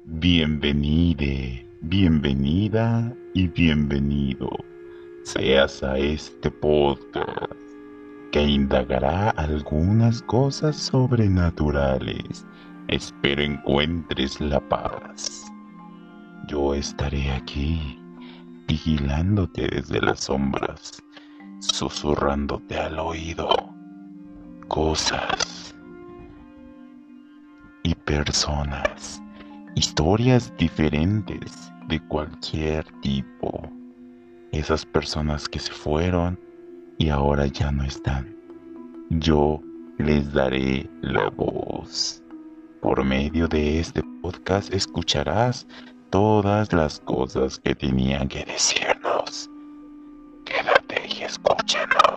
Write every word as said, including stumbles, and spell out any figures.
Bienvenide, bienvenida y bienvenido seas a este podcast que indagará algunas cosas sobrenaturales. Espero encuentres la paz. Yo estaré aquí vigilándote desde las sombras, susurrándote al oído cosas y personas. Historias diferentes de cualquier tipo. Esas personas que se fueron y ahora ya no están. Yo les daré la voz. Por medio de este podcast escucharás todas las cosas que tenían que decirnos. Quédate y escúchanos.